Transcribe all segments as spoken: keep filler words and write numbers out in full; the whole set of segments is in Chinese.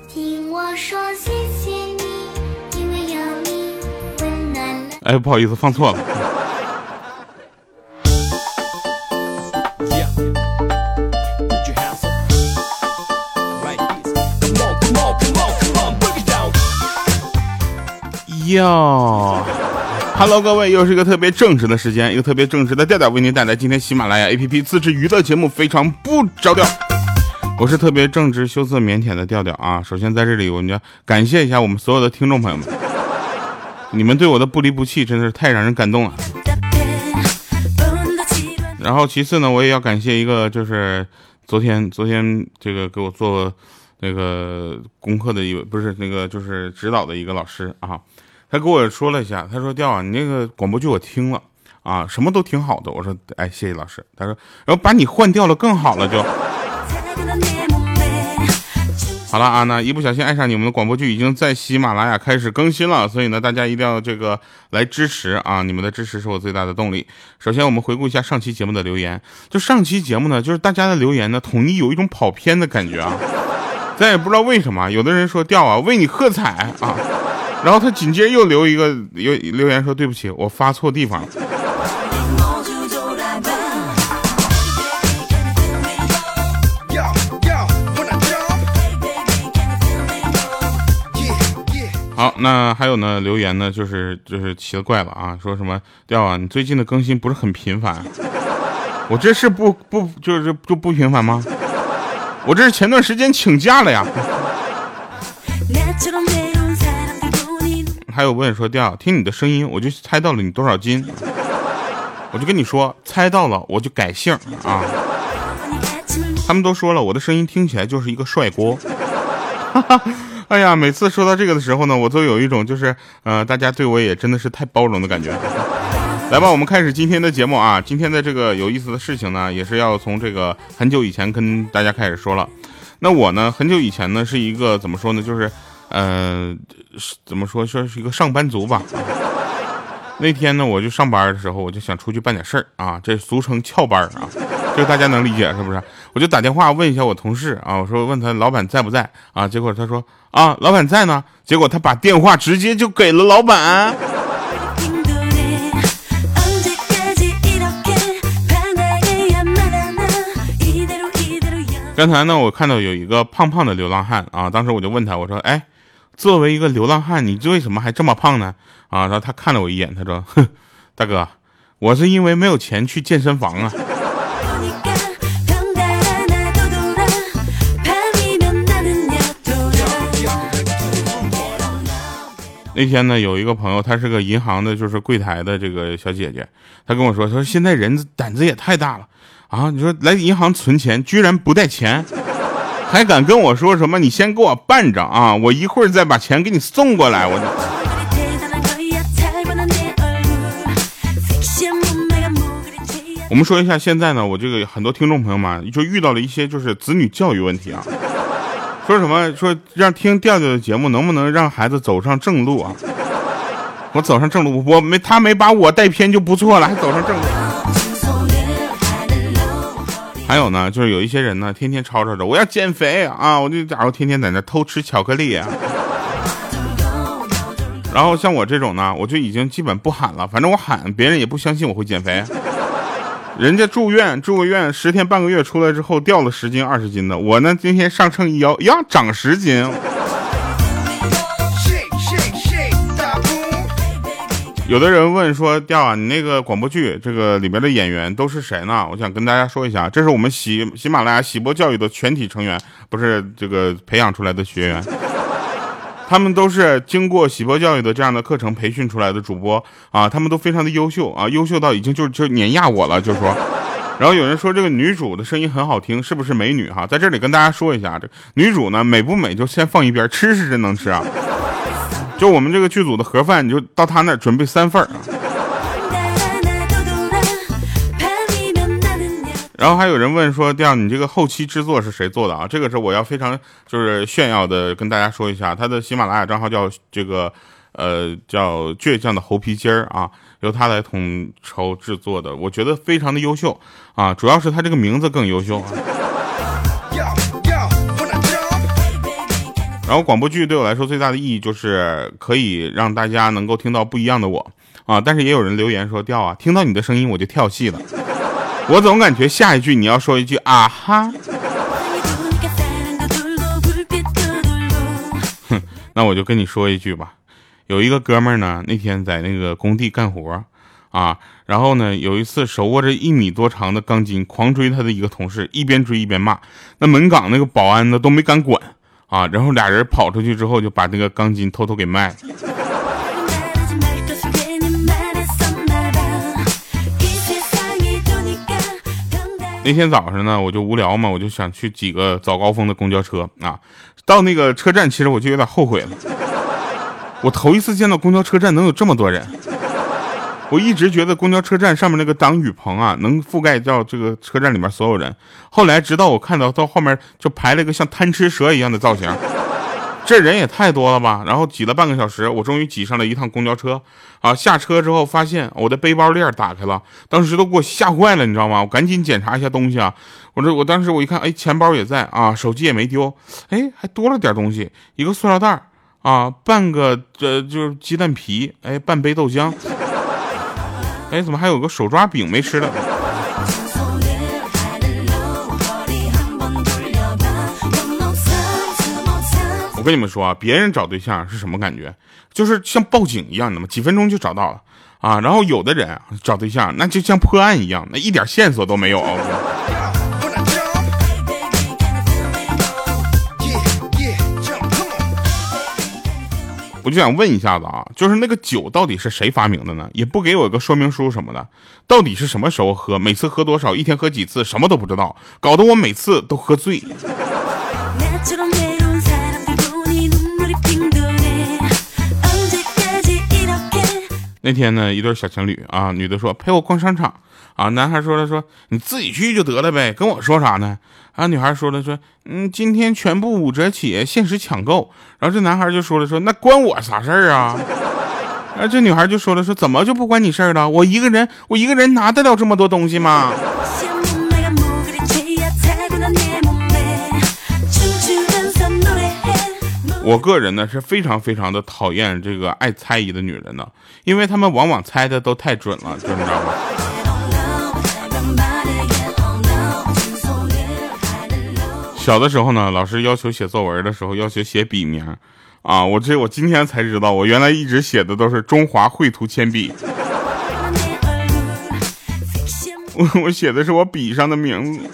听我说谢谢你，因为有你温暖了。 哎，不好意思，放错了。哟 ，Hello， 各位，又是一个特别正直的时间，一个特别正直的调调为您带来今天喜马拉雅 A P P 自制娱乐节目，非常不着调。我是特别正直、羞涩、腼腆的调调啊！首先在这里，我们要感谢一下我们所有的听众朋友们，你们对我的不离不弃，真的是太让人感动了。然后其次呢，我也要感谢一个，就是昨天昨天这个给我做那个功课的一位，不是那个就是指导的一个老师啊。他跟我说了一下，他说调啊，你那个广播剧我听了啊，什么都挺好的。我说哎，谢谢老师。他说，然后把你换掉了更好了就。好了啊，那一不小心爱上你们的广播剧已经在喜马拉雅开始更新了，所以呢，大家一定要这个来支持啊！你们的支持是我最大的动力。首先，我们回顾一下上期节目的留言，就上期节目呢，就是大家的留言呢，统一有一种跑偏的感觉啊。咱也不知道为什么，有的人说调啊，为你喝彩啊。然后他紧接着又留一个留留言说对不起，我发错地方了。好，那还有呢，留言呢，就是就是奇怪了啊，说什么调啊，你最近的更新不是很频繁？我这是不不就是就不频繁吗？我这是前段时间请假了呀。还有问说调，听你的声音我就猜到了你多少斤，我就跟你说猜到了我就改姓啊。他们都说了我的声音听起来就是一个帅锅。哎呀，每次说到这个的时候呢，我都有一种就是呃大家对我也真的是太包容的感觉。来吧，我们开始今天的节目啊。今天的这个有意思的事情呢，也是要从这个很久以前跟大家开始说了。那我呢很久以前呢是一个怎么说呢，就是呃，怎么说，说是一个上班族吧。那天呢，我就上班的时候，我就想出去办点事儿啊，这俗称翘班啊，这个大家能理解是不是？我就打电话问一下我同事啊，我说问他老板在不在啊，结果他说啊，老板在呢。结果他把电话直接就给了老板。刚才呢，我看到有一个胖胖的流浪汉啊，当时我就问他，我说，哎，作为一个流浪汉，你为什么还这么胖呢？啊，然后他看了我一眼，他说，哼，大哥，我是因为没有钱去健身房啊。那天呢，有一个朋友，她是个银行的，就是柜台的这个小姐姐，她跟我说，她说现在人胆子也太大了。啊！你说来银行存钱，居然不带钱，还敢跟我说什么？你先给我办着啊，我一会儿再把钱给你送过来。我我们说一下现在呢，我这个很多听众朋友们就遇到了一些就是子女教育问题啊，说什么说让听调调的节目能不能让孩子走上正路啊？我走上正路，我没他没把我带偏就不错了，还走上正路。还有呢，就是有一些人呢，天天吵吵着我要减肥啊，我就然后天天在那偷吃巧克力啊。然后像我这种呢，我就已经基本不喊了，反正我喊别人也不相信我会减肥。人家住院住个院十天半个月出来之后掉了十斤二十斤的，我呢今天上秤一摇呀长十斤。有的人问说调啊，你那个广播剧这个里面的演员都是谁呢？我想跟大家说一下，这是我们喜喜马拉雅喜播教育的全体成员，不是这个培养出来的学员，他们都是经过喜播教育的这样的课程培训出来的主播啊，他们都非常的优秀啊，优秀到已经就就碾压我了，就说。然后有人说这个女主的声音很好听，是不是美女哈？在这里跟大家说一下，这女主呢美不美就先放一边，吃是真能吃啊。就我们这个剧组的盒饭，你就到他那儿准备三份啊。然后还有人问说，这样你这个后期制作是谁做的啊？这个是我要非常就是炫耀的跟大家说一下，他的喜马拉雅账号叫这个呃叫倔强的猴皮筋儿啊，由他来统筹制作的，我觉得非常的优秀啊，主要是他这个名字更优秀啊。 然后广播剧对我来说最大的意义就是可以让大家能够听到不一样的我啊，但是也有人留言说调啊，听到你的声音我就跳戏了。我总感觉下一句你要说一句啊哈，哼，那我就跟你说一句吧。有一个哥们儿呢，那天在那个工地干活啊，然后呢有一次手握着一米多长的钢筋狂追他的一个同事，一边追一边骂，那门岗那个保安呢都没敢管啊，然后俩人跑出去之后就把那个钢筋偷偷给卖了。那天早上呢，我就无聊嘛，我就想去挤个早高峰的公交车啊。到那个车站，其实我就有点后悔了。我头一次见到公交车站能有这么多人。我一直觉得公交车站上面那个挡雨棚啊，能覆盖到这个车站里面所有人。后来直到我看到到后面就排了一个像贪吃蛇一样的造型，这人也太多了吧。然后挤了半个小时，我终于挤上了一趟公交车啊。下车之后发现我的背包链打开了，当时都给我吓坏了，你知道吗？我赶紧检查一下东西啊。我这我当时我一看，哎，钱包也在啊，手机也没丢，哎，还多了点东西，一个塑料袋啊，半个这就是鸡蛋皮，哎，半杯豆浆，哎，怎么还有个手抓饼没吃的？我跟你们说啊，别人找对象是什么感觉？就是像报警一样的嘛，几分钟就找到了啊。然后有的人找对象，那就像破案一样，那一点线索都没有。我就想问一下子啊，就是那个酒到底是谁发明的呢？也不给我一个说明书什么的，到底是什么时候喝？每次喝多少？一天喝几次？什么都不知道，搞得我每次都喝醉。那天呢，一对小情侣啊，女的说陪我逛商场啊，男孩说了说你自己去就得了呗，跟我说啥呢？啊，女孩说了说嗯，今天全部五折起，限时抢购。然后这男孩就说了说那关我啥事儿啊？然后这女孩就说了说怎么就不关你事儿了？我一个人我一个人拿得了这么多东西吗？我个人呢是非常非常的讨厌这个爱猜疑的女人的，因为她们往往猜的都太准了，就你知道吗？小的时候呢，老师要求写作文的时候要求写笔名啊，我这我今天才知道，我原来一直写的都是中华绘图铅笔，我我写的是我笔上的名字。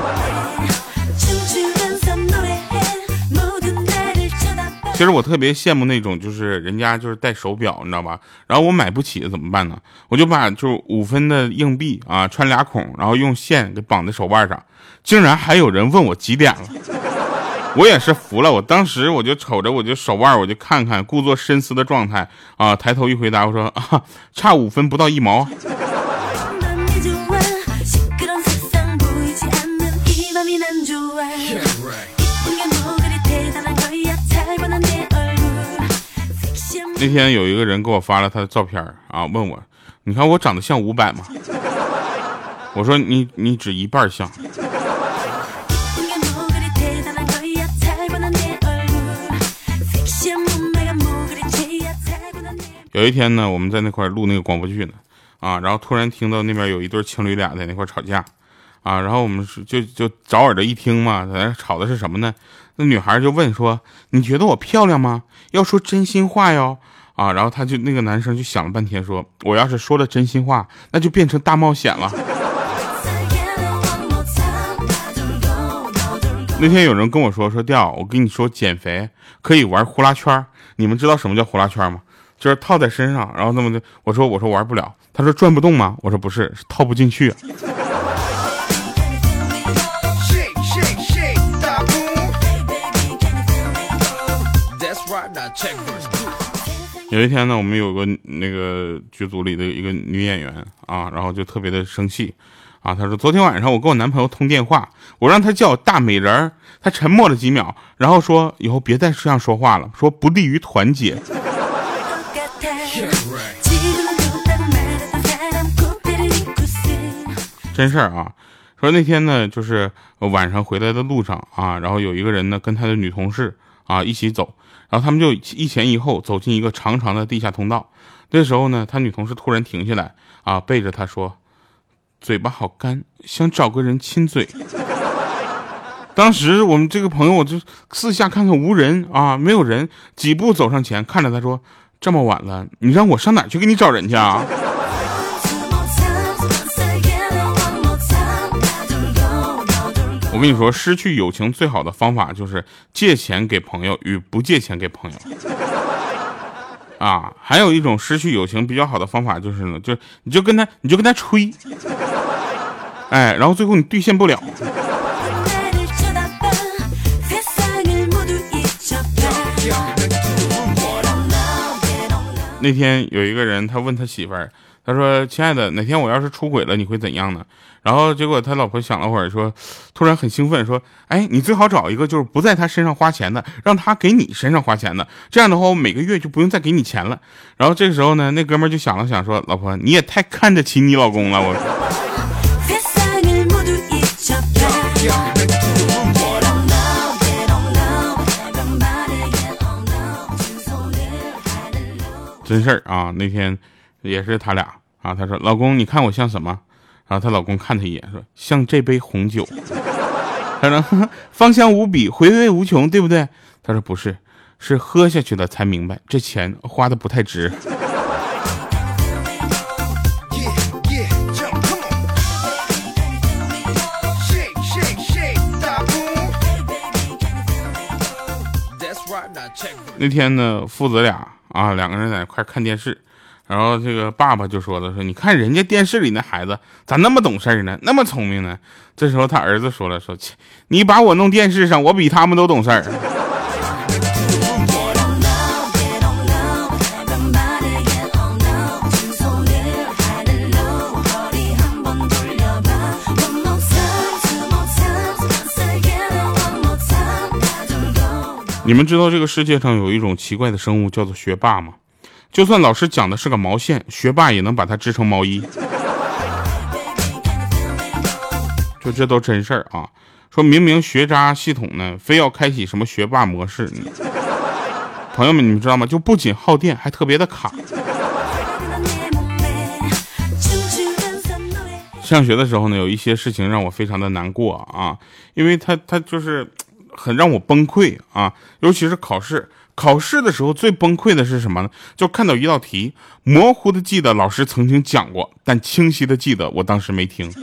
其实我特别羡慕那种就是人家就是戴手表，你知道吧？然后我买不起怎么办呢？我就把就五分的硬币啊穿俩孔，然后用线给绑在手腕上。竟然还有人问我几点了，我也是服了。我当时我就瞅着我就手腕，我就看看，故作深思的状态啊，抬头一回答，我说啊，差五分不到一毛。那天有一个人给我发了他的照片啊，问我，你看我长得像伍佰吗？我说你你只一半像。有一天呢，我们在那块录那个广播剧呢，啊，然后突然听到那边有一对情侣俩在那块吵架，啊，然后我们就就找耳朵一听嘛，在那吵的是什么呢？那女孩就问说：“你觉得我漂亮吗？要说真心话哟。”啊，然后他就那个男生就想了半天说：“我要是说了真心话，那就变成大冒险了。”那天有人跟我说说调，我跟你说减肥可以玩呼啦圈，你们知道什么叫呼啦圈吗？就是套在身上，然后那么的，我说我说玩不了，他说转不动吗？我说不是，是套不进去。有一天呢，我们有个那个剧组里的一个女演员啊，然后就特别的生气啊，她说昨天晚上我跟我男朋友通电话，我让他叫我大美人儿，他沉默了几秒，然后说以后别再这样说话了，说不利于团结。真事儿啊，说那天呢，就是晚上回来的路上啊，然后有一个人呢跟他的女同事啊一起走，然后他们就一前一后走进一个长长的地下通道。这时候呢，他女同事突然停下来啊，背着他说：“嘴巴好干，想找个人亲嘴。”当时我们这个朋友我就四下看看无人啊，没有人，几步走上前，看着他说：“这么晚了，你让我上哪去给你找人去啊？”我跟你说，失去友情最好的方法就是借钱给朋友与不借钱给朋友。啊，还有一种失去友情比较好的方法就是呢，就你就跟他你就跟他吹，哎，然后最后你兑现不了。那天有一个人，他问他媳妇儿，他说：“亲爱的，哪天我要是出轨了，你会怎样呢？”然后结果他老婆想了会儿，说，突然很兴奋，说：“哎，你最好找一个就是不在他身上花钱的，让他给你身上花钱的，这样的话，我每个月就不用再给你钱了。”然后这个时候呢，那哥们就想了想，说：“老婆，你也太看得起你老公了，我。”真事儿啊，那天也是他俩啊，他说：“老公，你看我像什么？”然后她老公看他一眼，说：“像这杯红酒。”他说：“芳香无比，回味无穷，对不对？”他说：“不是，是喝下去了才明白，这钱花的不太值。”那天呢，父子俩啊，两个人在一块看电视，然后这个爸爸就说了，说你看人家电视里那孩子咋那么懂事呢，那么聪明呢？这时候他儿子说了，说你把我弄电视上，我比他们都懂事儿。你们知道这个世界上有一种奇怪的生物叫做学霸吗？就算老师讲的是个毛线，学霸也能把它织成毛衣。就这都真事儿啊！说明明学渣系统呢，非要开启什么学霸模式呢？朋友们，你们知道吗？就不仅耗电，还特别的卡。上学的时候呢，有一些事情让我非常的难过啊，因为他他就是很让我崩溃啊，尤其是考试。考试的时候最崩溃的是什么呢？就看到一道题，模糊的记得老师曾经讲过，但清晰的记得我当时没听。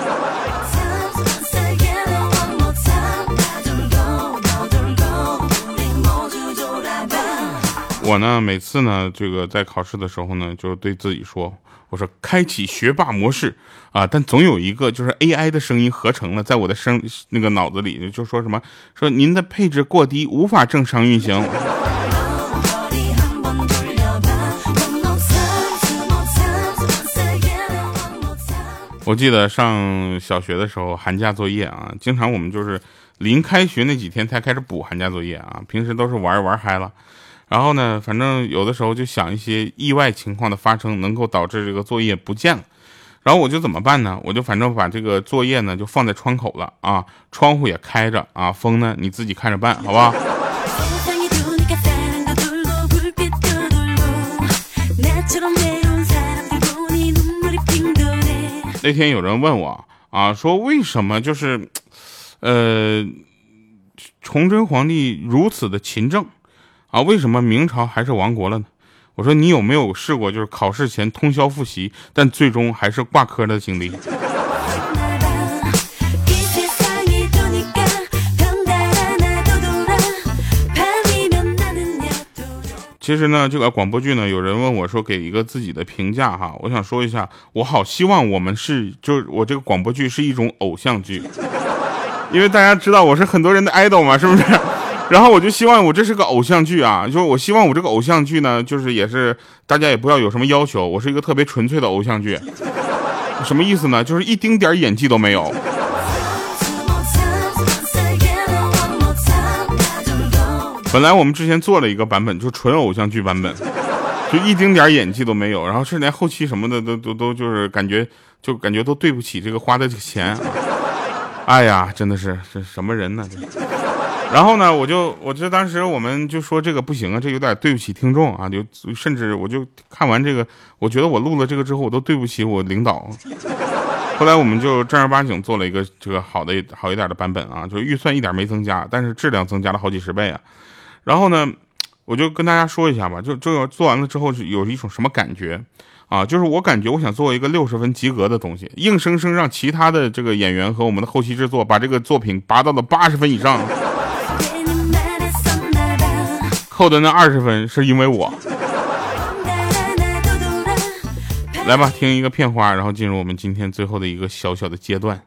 我呢，每次呢，这个在考试的时候呢，就对自己说，我说开启学霸模式啊，但总有一个就是 A I 的声音合成了，在我的声那个脑子里就说什么，说您的配置过低，无法正常运行。我记得上小学的时候，寒假作业啊，经常我们就是临开学那几天才开始补寒假作业啊，平时都是玩玩嗨了。然后呢，反正有的时候就想一些意外情况的发生，能够导致这个作业不见了。然后我就怎么办呢？我就反正把这个作业呢就放在窗口了啊，窗户也开着啊，风呢你自己看着办，好不好？那天有人问我啊，说为什么就是，呃，崇祯皇帝如此的勤政啊，为什么明朝还是亡国了呢？我说你有没有试过就是考试前通宵复习，但最终还是挂科的经历？其实呢，这个广播剧呢，有人问我说给一个自己的评价哈，我想说一下，我好希望我们是，就是我这个广播剧是一种偶像剧，因为大家知道我是很多人的 idol 嘛，是不是？然后我就希望我这是个偶像剧啊，就是我希望我这个偶像剧呢，就是也是大家也不要有什么要求，我是一个特别纯粹的偶像剧。什么意思呢？就是一丁点演技都没有。本来我们之前做了一个版本，就纯偶像剧版本，就一丁点演技都没有，然后是连后期什么的都都都就是感觉就感觉都对不起这个花的这个钱。哎呀，真的是是什么人呢？这然后呢，我就我就当时我们就说这个不行啊，这有点对不起听众啊，就甚至我就看完这个，我觉得我录了这个之后，我都对不起我领导。后来我们就正儿八经做了一个这个好的好一点的版本啊，就预算一点没增加，但是质量增加了好几十倍啊。然后呢，我就跟大家说一下吧，就这个做完了之后是有一种什么感觉啊？就是我感觉我想做一个六十分及格的东西，硬生生让其他的这个演员和我们的后期制作把这个作品拔到了八十分以上。扣的那二十分是因为我。来吧，听一个片花，然后进入我们今天最后的一个小小的阶段。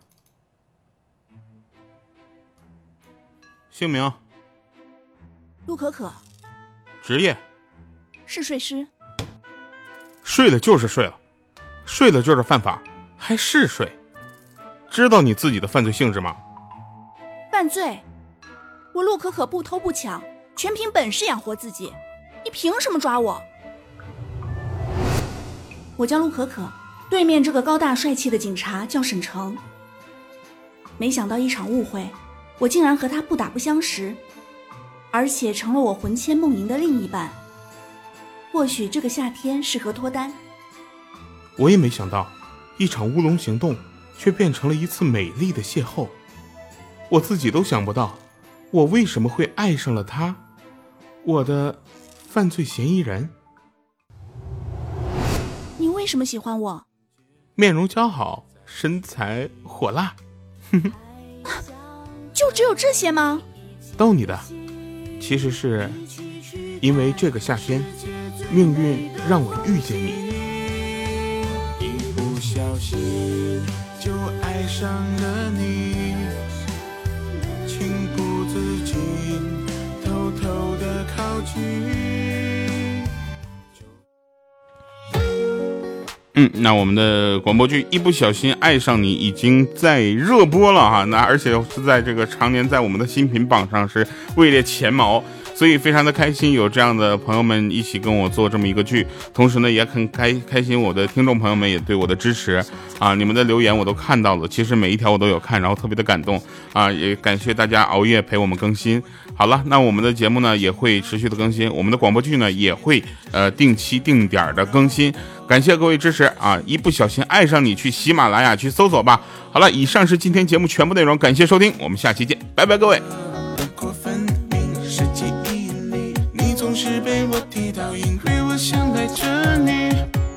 姓名： 陆可可。 职业： 嗜睡师。 睡了就是睡了，睡了就是犯法，还是睡？知道你自己的犯罪性质吗？ 犯罪？我陆可可不偷不抢，全凭本事养活自己，你凭什么抓我？我叫陆可可，对面这个高大帅气的警察叫沈成。没想到一场误会，我竟然和他不打不相识，而且成了我魂牵梦萦的另一半。或许这个夏天适合脱单。 我也没想到，一场乌龙行动却变成了一次美丽的邂逅。我自己都想不到，我为什么会爱上了他，我的犯罪嫌疑人。 你为什么喜欢我？ 面容姣好，身材火辣。 就只有这些吗？ 逗你的，其实是因为这个夏天，命运让我遇见你。 一不小心就爱上了你，情不自禁偷偷的靠近。 嗯，那我们的广播剧《一不小心爱上你》已经在热播了哈，那而且是在这个常年在我们的新品榜上是位列前茅，所以非常的开心有这样的朋友们一起跟我做这么一个剧，同时呢也很开开心我的听众朋友们也对我的支持啊，你们的留言我都看到了，其实每一条我都有看，然后特别的感动啊，也感谢大家熬夜陪我们更新。好了，那我们的节目呢也会持续的更新，我们的广播剧呢也会呃定期定点的更新，感谢各位支持啊！一不小心爱上你，去喜马拉雅去搜索吧。好了，以上是今天节目全部内容，感谢收听，我们下期见，拜拜各位。 轮廓分明是记忆里，你总是被我提到，因为我想赖着你，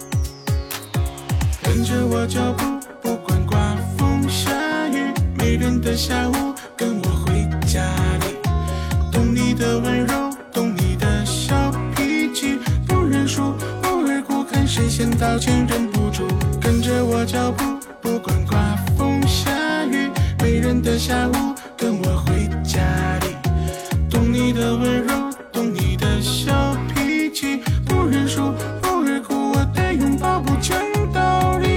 跟着我脚步，不管刮风下雨，没人的下午跟我回家里，懂你的温柔，懂你的小脾气，不认输不二哭，看谁先道歉忍不住，跟着我脚步，不管刮风下雨，没人的下午跟我回家里，懂你的温柔，懂你的小脾气，不认输不二哭，我的拥抱不讲道理。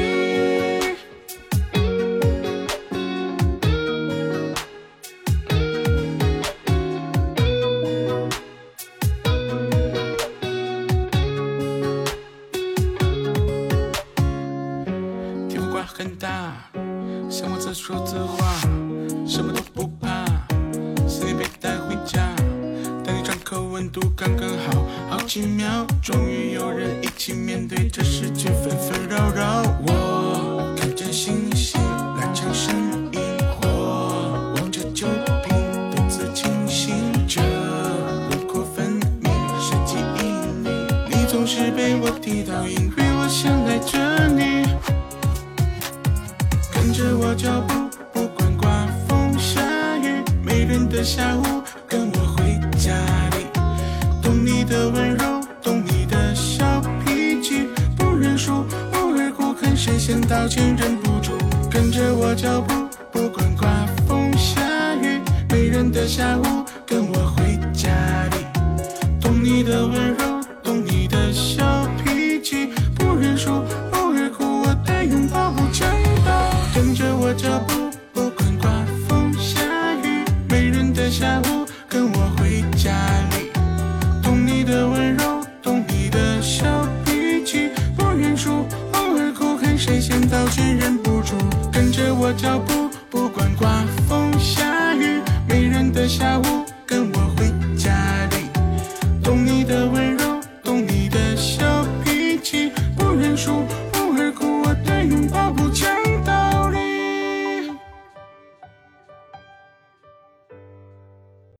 天不刮很大，像我自说自话，什么都不怕，思念被带回家，当你张口温度刚刚好，好几秒，终于有人一起面对这世界纷纷扰扰。我看着星星，拉长声音火，望着酒瓶，独自清醒着，轮廓分明是记忆里，你总是被我提到，因为我想赖着你，跟着我脚步，不管刮风下雨，没人的下午跟我回家里，懂你的温柔，懂你的小脾气，不认输不二哭，看谁先道歉忍不住，跟着我脚步，不管刮风下雨，没人的下午跟我回家里，懂你的温柔